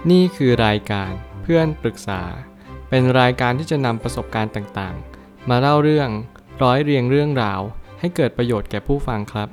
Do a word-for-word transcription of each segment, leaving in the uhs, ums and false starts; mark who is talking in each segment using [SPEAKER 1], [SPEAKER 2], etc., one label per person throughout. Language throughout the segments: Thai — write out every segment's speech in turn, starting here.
[SPEAKER 1] นี่คือรายการเพื่อนปรึกษาเป็นรายการที่จะนำประสบการณ์ต่างๆมาเล่าเรื่องร้อยเรียงเรื่องราวให้เกิดประโยชน์แก่ผู้ฟังครับ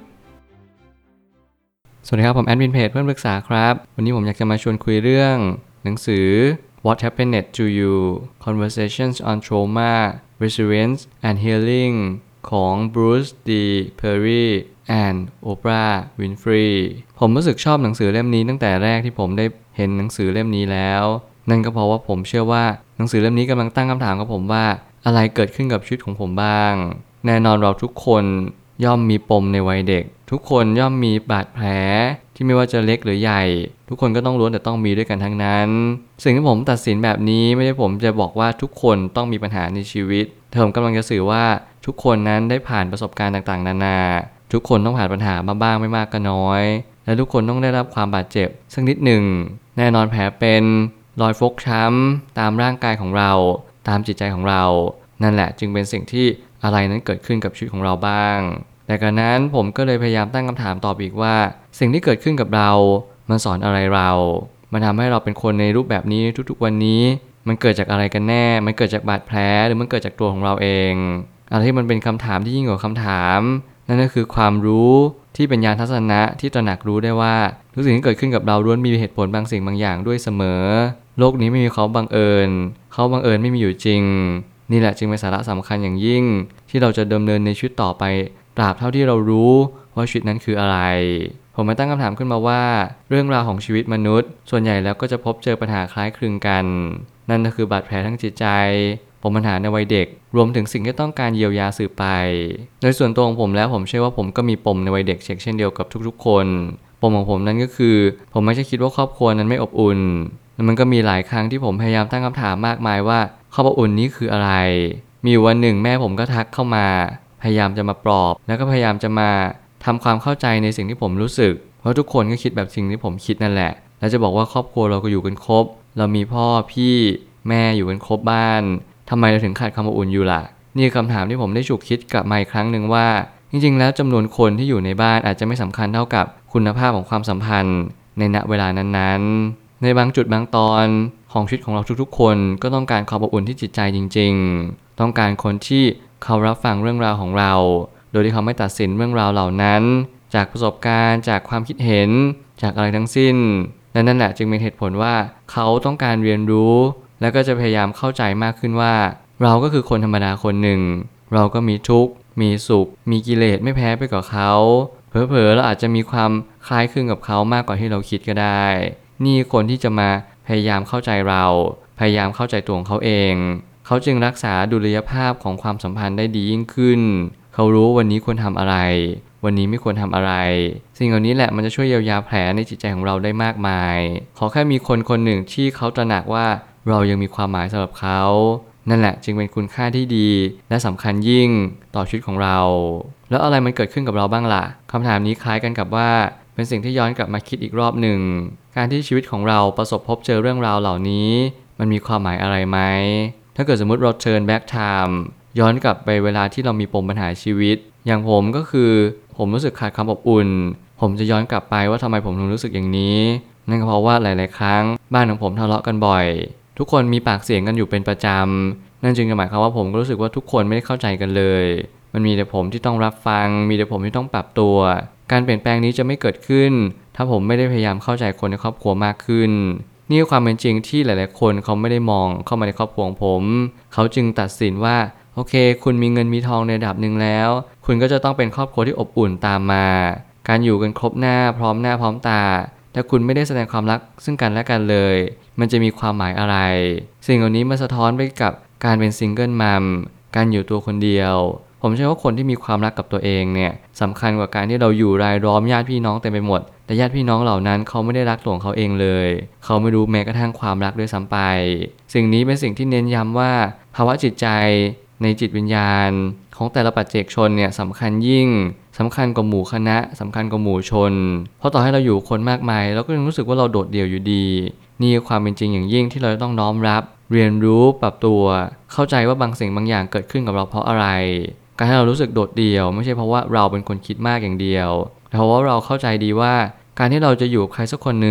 [SPEAKER 1] สวัสดีครับผมแอดมินเพจเพื่อนปรึกษาครับวันนี้ผมอยากจะมาชวนคุยเรื่องหนังสือ What Happened to You Conversations on Trauma Resilience and Healing ของ Bruce D. Perry and Oprah Winfrey ผมรู้สึกชอบหนังสือเล่มนี้ตั้งแต่แรกที่ผมได้เห็นหนังสือเล่มนี้แล้วนั่นก็เพราะว่าผมเชื่อว่าหนังสือเล่มนี้กำลังตั้งคำถามกับผมว่าอะไรเกิดขึ้นกับชีวิตของผมบ้างแน่นอนเราทุกคนย่อมมีปมในวัยเด็กทุกคนย่อมมีบาดแผลที่ไม่ว่าจะเล็กหรือใหญ่ทุกคนก็ต้องล้วนแต่ต้องมีด้วยกันทั้งนั้นสิ่งที่ผมตัดสินแบบนี้ไม่ได้ผมจะบอกว่าทุกคนต้องมีปัญหาในชีวิตแต่ผมกำลังจะสื่อว่าทุกคนนั้นได้ผ่านประสบการณ์ต่างๆนานาทุกคนต้องผ่านปัญหามาบ้างไม่มากก็น้อยและทุกคนต้องได้รับความบาดเจ็บสักนิดหนึ่งแน่นอนแผลเป็นรอยฟกช้ำตามร่างกายของเราตามจิตใจของเรานั่นแหละจึงเป็นสิ่งที่อะไรนั้นเกิดขึ้นกับชีวิตของเราบ้างแต่กระนั้นผมก็เลยพยายามตั้งคำถามตอบอีกว่าสิ่งที่เกิดขึ้นกับเรามันสอนอะไรเรามันทำให้เราเป็นคนในรูปแบบนี้ทุกๆวันนี้มันเกิดจากอะไรกันแน่มันเกิดจากบาดแผลหรือมันเกิดจากตัวของเราเองอะไรที่มันเป็นคำถามที่ยิ่งกว่าคำถามนั่นก็คือความรู้ที่เป็นญาณทัศนะที่ตระหนักรู้ได้ว่าทุกสิ่งที่เกิดขึ้นกับเราล้วนมีเหตุผลบางสิ่งบางอย่างด้วยเสมอโลกนี้ไม่มีเขาบังเอิญเขาบังเอิญไม่มีอยู่จริงนี่แหละจึงเป็นสาระสำคัญอย่างยิ่งที่เราจะดำเนินในชีวิตต่อไปตราบเท่าที่เรารู้ว่าชีวิตนั้นคืออะไรผมมาตั้งคำถามขึ้นมาว่าเรื่องราวของชีวิตมนุษย์ส่วนใหญ่แล้วก็จะพบเจอปัญหาคล้ายคลึงกันนั่นก็คือบาดแผลทั้งจิตใจปมปัญหาในวัยเด็กรวมถึงสิ่งที่ต้องการเยียวยาสืบไปโดยส่วนตัวของผมแล้วผมเชื่อว่าผมก็มีปมในวัยเด็กเช่นเดียวกับทุกๆคนปมของผมนั้นก็คือผมไม่ใช่คิดว่าครอบครัวนั้นไม่อบอุ่นมันก็มีหลายครั้งที่ผมพยายามตั้งคำถามมากมายว่าครอบอุ่นนี้คืออะไรมีวันหนึ่งแม่ผมก็ทักเข้ามาพยายามจะมาปลอบแล้วก็พยายามจะมาทำความเข้าใจในสิ่งที่ผมรู้สึกเพราะทุกคนก็คิดแบบสิ่งที่ผมคิดนั่นแหละแล้วจะบอกว่าครอบครัวเราก็อยู่กันครบเรามีพ่อพี่แม่อยู่กันครบบ้านทำไมเราถึงขาดความอบอุ่นอยู่ล่ะนี่คือคำถามที่ผมได้ฉุกคิดกลับมาอีกครั้งหนึ่งว่าจริงๆแล้วจำนวนคนที่อยู่ในบ้านอาจจะไม่สำคัญเท่ากับคุณภาพของความสัมพันธ์ในณเวลานั้นๆในบางจุดบางตอนของชีวิตของเราทุกๆคนก็ต้องการความอบอุ่นที่จิตใจจริงๆต้องการคนที่เขารับฟังเรื่องราวของเราโดยที่เขาไม่ตัดสินเรื่องราวเหล่านั้นจากประสบการณ์จากความคิดเห็นจากอะไรทั้งสิ้นและนั่นแหละจึงเป็นเหตุผลว่าเขาต้องการเรียนรู้แล้วก็จะพยายามเข้าใจมากขึ้นว่าเราก็คือคนธรรมดาคนหนึ่งเราก็มีทุกข์มีสุขมีกิเลสไม่แพ้ไปกว่าเขาเผลอๆเราอาจจะมีความคล้ายคลึงกับเขามากกว่าที่เราคิดก็ได้นี่คนที่จะมาพยายามเข้าใจเราพยายามเข้าใจตัวของเขาเองเขาจึงรักษาดุลยภาพของความสัมพันธ์ได้ดียิ่งขึ้นเขารู้วันนี้ควรทำอะไรวันนี้ไม่ควรทำอะไรสิ่งเหล่านี้แหละมันจะช่วยเยียวยาแผลในจิตใจของเราได้มากมายขอแค่มีคนคนหนึ่งที่เขาตระหนักว่าเรายังมีความหมายสำหรับเขานั่นแหละจึงเป็นคุณค่าที่ดีและสำคัญยิ่งต่อชีวิตของเราแล้วอะไรมันเกิดขึ้นกับเราบ้างล่ะคำถามนี้คล้ายกันกับว่าเป็นสิ่งที่ย้อนกลับมาคิดอีกรอบหนึ่งการที่ชีวิตของเราประสบพบเจอเรื่องราวเหล่านี้มันมีความหมายอะไรไหมถ้าเกิดสมมติเรา turn back time ย้อนกลับไปเวลาที่เรามีปมปัญหาชีวิตอย่างผมก็คือผมรู้สึกขาดความอบอุ่นผมจะย้อนกลับไปว่าทำไมผมถึงรู้สึกอย่างนี้นั่นก็เพราะว่าหลายๆครั้งบ้านของผมทะเลาะกันบ่อยทุกคนมีปากเสียงกันอยู่เป็นประจำนั่นจึงหมายความว่าผมก็รู้สึกว่าทุกคนไม่ได้เข้าใจกันเลยมันมีแต่ผมที่ต้องรับฟังมีแต่ผมที่ต้องปรับตัวการเปลี่ยนแปลงนี้จะไม่เกิดขึ้นถ้าผมไม่ได้พยายามเข้าใจคนในครอบครัวมากขึ้นนี่คือความเป็นจริงที่หลายๆคนเขาไม่ได้มองเข้ามาในครอบครัวของผมเขาจึงตัดสินว่าโอเคคุณมีเงินมีทองในระดับหนึ่งแล้วคุณก็จะต้องเป็นครอบครัวที่อบอุ่นตามมาการอยู่กันครบหน้าพร้อมหน้าพร้อมตาแต่คุณไม่ได้แสดงความรักซึ่งกันและกันเลยมันจะมีความหมายอะไรสิ่งเหล่านี้มาสะท้อนไปกับการเป็นซิงเกิลมัมการอยู่ตัวคนเดียวผมเชื่อว่าคนที่มีความรักกับตัวเองเนี่ยสำคัญกว่าการที่เราอยู่รายล้อมญาติพี่น้องเต็มไปหมดแต่ญาติพี่น้องเหล่านั้นเขาไม่ได้รักตัวของเขาเองเลยเขาไม่รู้แม้กระทั่งความรักด้วยซ้ำไปสิ่งนี้เป็นสิ่งที่เน้นย้ำว่าภาวะจิตใจในจิตวิญญาณของแต่ละปัจเจกชนเนี่ยสำคัญยิ่งสำคัญกว่าหมู่คณะสำคัญกว่าหมู่ชนเพราะต่อให้เราอยู่คนมากมายเราก็ยังรู้สึกว่าเราโดดเดี่ยวอยู่ดีนี่ความเป็นจริงอย่างยิ่งที่เราต้องน้อมรับเรียนรู้ปรับตัวเข้าใจว่าบางสิ่งบางอย่างเกิดขึ้นกับเราเพราะอะไรการให้เรารู้สึกโดดเดี่ยวไม่ใช่เพราะว่าเราเป็นคนคิดมากอย่างเดียวแต่เพราะว่าเราเข้าใจดีว่าการที่เราจะอยู่กับใครสักคนหนึ่ง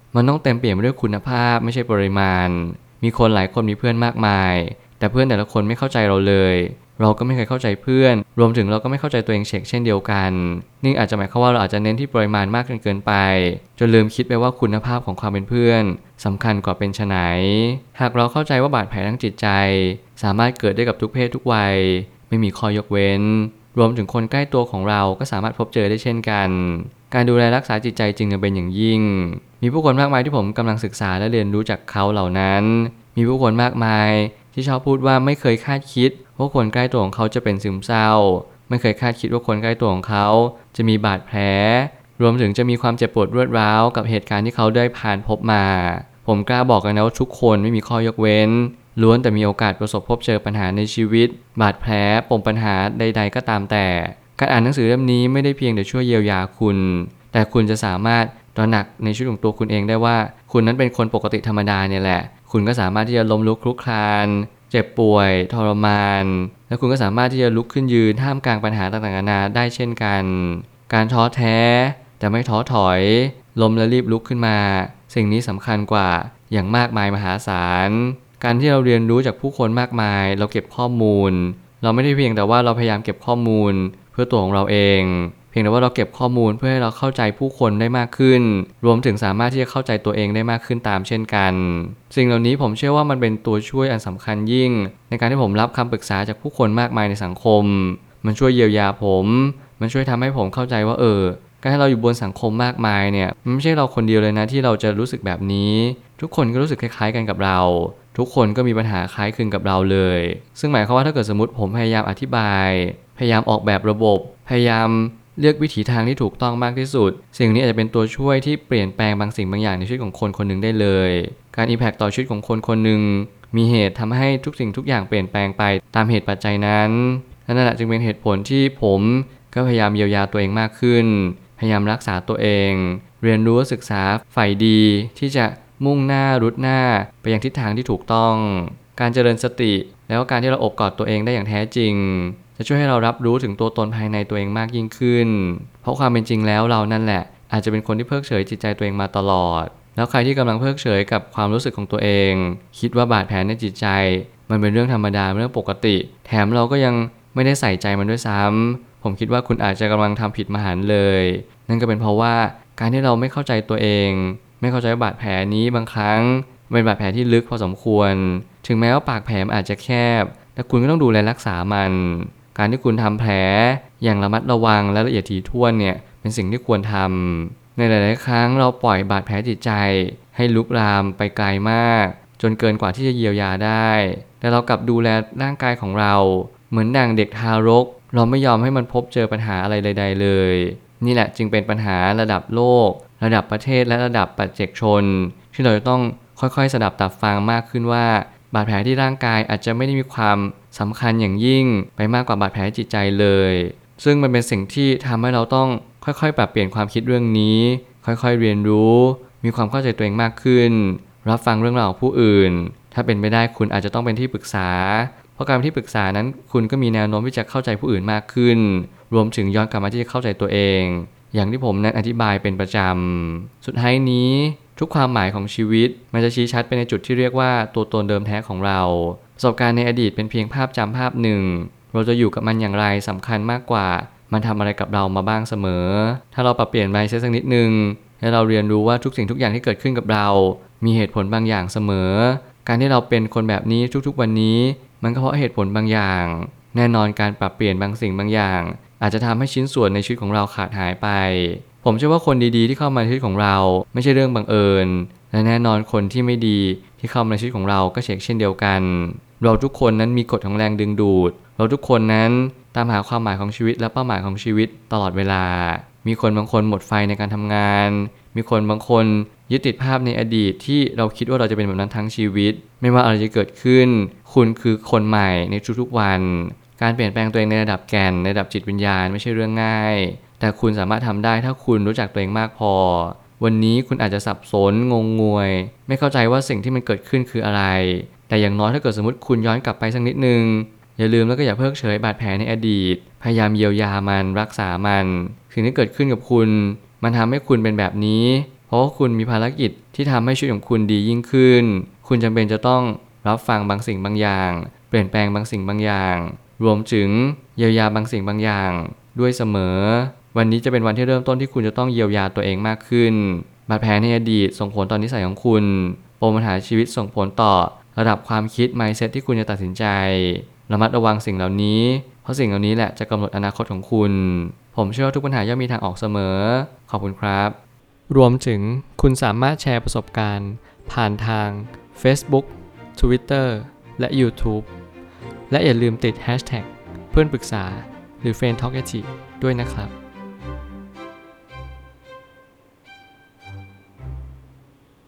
[SPEAKER 1] มันต้องเต็มเปี่ยมไปด้วยคุณภาพไม่ใช่ปริมาณมีคนหลายคนมีเพื่อนมากมายแต่เพื่อนแต่ละคนไม่เข้าใจเราเลยเราก็ไม่เคยเข้าใจเพื่อนรวมถึงเราก็ไม่เข้าใจตัวเองเช่นเดียวกันนี่อาจจะหมายความว่าเราอาจจะเน้นที่ปริมาณมากเกินไปจนลืมคิดไปว่าคุณภาพของความเป็นเพื่อนสำคัญกว่าเป็นไฉนหากเราเข้าใจว่าบาดแผลทางจิตใจสามารถเกิดได้กับทุกเพศทุกวัยไม่มีข้อยกเว้นรวมถึงคนใกล้ตัวของเราก็สามารถพบเจอได้เช่นกันการดูแลรักษาจิตใจจึงจำเป็นอย่างยิ่งมีผู้คนมากมายที่ผมกำลังศึกษาและเรียนรู้จากเขาเหล่านั้นมีผู้คนมากมายที่ชอบพูดว่าไม่เคยคาดคิดว่าคนใกล้ตัวของเขาจะเป็นซึมเศร้าไม่เคยคาดคิดว่าคนใกล้ตัวของเขาจะมีบาดแผลรวมถึงจะมีความเจ็บปวดรวดร้าวกับเหตุการณ์ที่เขาได้ผ่านพบมาผมกล้าบอกกันนะว่าทุกคนไม่มีข้อยกเว้นล้วนแต่มีโอกาสประสบพบเจอปัญหาในชีวิตบาดแผลปมปัญหาใดๆก็ตามแต่การอ่านหนังสือเล่มนี้ไม่ได้เพียงแต่ช่วยเยียวยาคุณแต่คุณจะสามารถตระหนักในชีวิตของตัวคุณเองได้ว่าคุณนั้นเป็นคนปกติธรรมดาเนี่ยแหละคุณก็สามารถที่จะล้มลุกคลุกคลานเจ็บป่วยทรมานและคุณก็สามารถที่จะลุกขึ้นยืนท่ามกลางปัญหาต่างๆนานาได้เช่นกันการท้อแท้แต่ไม่ท้อถอยล้มและรีบลุกขึ้นมาสิ่งนี้สำคัญกว่าอย่างมากมายมหาศาลการที่เราเรียนรู้จากผู้คนมากมายเราเก็บข้อมูลเราไม่ได้เพียงแต่ว่าเราพยายามเก็บข้อมูลเพื่อตัวของเราเองเพียงแต่ว่าเราเก็บข้อมูลเพื่อให้เราเข้าใจผู้คนได้มากขึ้นรวมถึงสามารถที่จะเข้าใจตัวเองได้มากขึ้นตามเช่นกันสิ่งเหล่านี้ผมเชื่อว่ามันเป็นตัวช่วยอันสำคัญยิ่งในการที่ผมรับคำปรึกษาจากผู้คนมากมายในสังคมมันช่วยเยียวยาผมมันช่วยทำให้ผมเข้าใจว่าเออการที่เราอยู่บนสังคมมากมายเนี่ยมันไม่ใช่เราคนเดียวเลยนะที่เราจะรู้สึกแบบนี้ทุกคนก็รู้สึกคล้ายๆกันกับเราทุกคนก็มีปัญหาคล้ายคลึงกับเราเลยซึ่งหมายความว่าถ้าเกิดสมมติผมพยายามอธิบายพยายามออกแบบระบบพยายามเลือกวิถีทางที่ถูกต้องมากที่สุดสิ่งนี้อาจจะเป็นตัวช่วยที่เปลี่ยนแปลงบางสิ่งบางอย่างในชีวิตของคนคนหนึ่งได้เลยการอิมแพคต่อชีวิตของคนคนหนึ่งมีเหตุทำให้ทุกสิ่งทุกอย่างเปลี่ยนแปลงไปตามเหตุปัจจัยนั้นนั่นแหละจึงเป็นเหตุผลที่ผมก็พยายามเยียวยาตัวเองมากขึ้นพยายามรักษาตัวเองเรียนรู้ศึกษาฝ่ายดีที่จะมุ่งหน้ารุดหน้าไปยังทิศทางที่ถูกต้องการเจริญสติแล้วการที่เราอบกอดตัวเองได้อย่างแท้จริงจะช่วยให้เรารับรู้ถึงตัวตนภายในตัวเองมากยิ่งขึ้นเพราะความเป็นจริงแล้วเรานั่นแหละอาจจะเป็นคนที่เพิกเฉยจิตใจตัวเองมาตลอดแล้วใครที่กำลังเพิกเฉยกับความรู้สึกของตัวเองคิดว่าบาดแผลในจิตใจมันเป็นเรื่องธรรมดาเรื่องปกติแถมเราก็ยังไม่ได้ใส่ใจมันด้วยซ้ำผมคิดว่าคุณอาจจะกำลังทำผิดมหันต์เลยนั่นก็เป็นเพราะว่าการที่เราไม่เข้าใจตัวเองไม่เข้าใจบาดแผลนี้บางครั้งเป็นบาดแผลที่ลึกพอสมควรถึงแม้ว่าปากแผลอาจจะแคบแต่คุณก็ต้องดูแลรักษามันการที่คุณทำแผลอย่างระมัดระวังและละเอียดถี่ถ้วนเนี่ยเป็นสิ่งที่ควรทำในหลายๆครั้งเราปล่อยบาดแผลจิตใจให้ลุกลามไปไกลมากจนเกินกว่าที่จะเยียวยาได้แต่เรากลับดูแลร่างกายของเราเหมือนดั่งเด็กทารกเราไม่ยอมให้มันพบเจอปัญหาอะไรใดๆเลยนี่แหละจึงเป็นปัญหาระดับโลกระดับประเทศและระดับปัจเจกชนที่เราจะต้องค่อยๆสดับตับฟังมากขึ้นว่าบาดแผลที่ร่างกายอาจจะไม่ได้มีความสำคัญอย่างยิ่งไปมากกว่าบาดแผลจิตใจเลยซึ่งมันเป็นสิ่งที่ทำให้เราต้องค่อยๆปรับเปลี่ยนความคิดเรื่องนี้ค่อยๆเรียนรู้มีความเข้าใจตัวเองมากขึ้นรับฟังเรื่องราวของผู้อื่นถ้าเป็นไม่ได้คุณอาจจะต้องเป็นที่ปรึกษาเพราะการที่ปรึกษานั้นคุณก็มีแนวโน้มที่จะเข้าใจผู้อื่นมากขึ้นรวมถึงย้อนกลับมาที่จะเข้าใจตัวเองอย่างที่ผมนั้นอธิบายเป็นประจำสุดท้ายนี้ทุกความหมายของชีวิตมันจะชี้ชัดไปในจุดที่เรียกว่าตัวตนเดิมแท้ของเราประสบการณ์ในอดีตเป็นเพียงภาพจำภาพหนึ่งเราจะอยู่กับมันอย่างไรสำคัญมากกว่ามันทำอะไรกับเรามาบ้างเสมอถ้าเราปรับเปลี่ยนไปสักนิดนึงและเราเรียนรู้ว่าทุกสิ่งทุกอย่างที่เกิดขึ้นกับเรามีเหตุผลบางอย่างเสมอการที่เราเป็นคนแบบนี้ทุกๆวันนี้มันก็เพราะเหตุผลบางอย่างแน่นอนการปรับเปลี่ยนบางสิ่งบางอย่างอาจจะทำให้ชิ้นส่วนในชีวิตของเราขาดหายไปผมเชื่อว่าคนดีๆที่เข้ามาในชีวิตของเราไม่ใช่เรื่องบังเอิญและแน่นอนคนที่ไม่ดีที่เข้ามาในชีวิตของเราก็เช่นเดียวกันเราทุกคนนั้นมีกฎของแรงดึงดูดเราทุกคนนั้นตามหาความหมายของชีวิตและเป้าหมายของชีวิตตลอดเวลามีคนบางคนหมดไฟในการทำงานมีคนบางคนยึดติดภาพในอดีตที่เราคิดว่าเราจะเป็นแบบนั้นทั้งชีวิตไม่ว่าอะไรจะเกิดขึ้นคุณคือคนใหม่ในทุกๆวันการเปลี่ยนแปลงตัวเองในระดับแก่นในระดับจิตวิญญาณไม่ใช่เรื่องง่ายแต่คุณสามารถทำได้ถ้าคุณรู้จักตัวเองมากพอวันนี้คุณอาจจะสับสนงงงวยไม่เข้าใจว่าสิ่งที่มันเกิดขึ้นคืออะไรแต่อย่างน้อยถ้าเกิดสมมติคุณย้อนกลับไปสักนิดนึงอย่าลืมแล้วก็อย่าเพิกเฉยบาดแผลในอดีตพยายามเยียวยามันรักษามันสิ่งที่เกิดขึ้นกับคุณมันทำให้คุณเป็นแบบนี้เพราะว่าคุณมีภารกิจที่ทำให้ชีวิตของคุณดียิ่งขึ้นคุณจำเป็นจะต้องรับฟังบางสิ่งบางอย่างเปลี่ยนแปลงบางสิ่งบางอย่างรวมถึงเยียวยาบางสิ่งบางอย่างด้วยเสมอวันนี้จะเป็นวันที่เริ่มต้นที่คุณจะต้องเยียวยาตัวเองมากขึ้นบาดแผลในอดีตส่งผลต่อนิสัยของคุณปมปัญหาชีวิตส่งผลต่อระดับความคิด mindset ที่คุณจะตัดสินใจระมัดระวังสิ่งเหล่านี้เพราะสิ่งเหล่านี้แหละจะกำหนดอนาคตของคุณผมเชื่อว่าทุกปัญหาย่อมมีทางออกเสมอขอบคุณครับรวมถึงคุณสามารถแชร์ประสบการณ์ผ่านทาง Facebook Twitter และ YouTube และอย่าลืมติด แฮชแท็ก เพื่อนปรึกษาหรือ เฟรนด์ ทอล์ก ด้วยนะครับ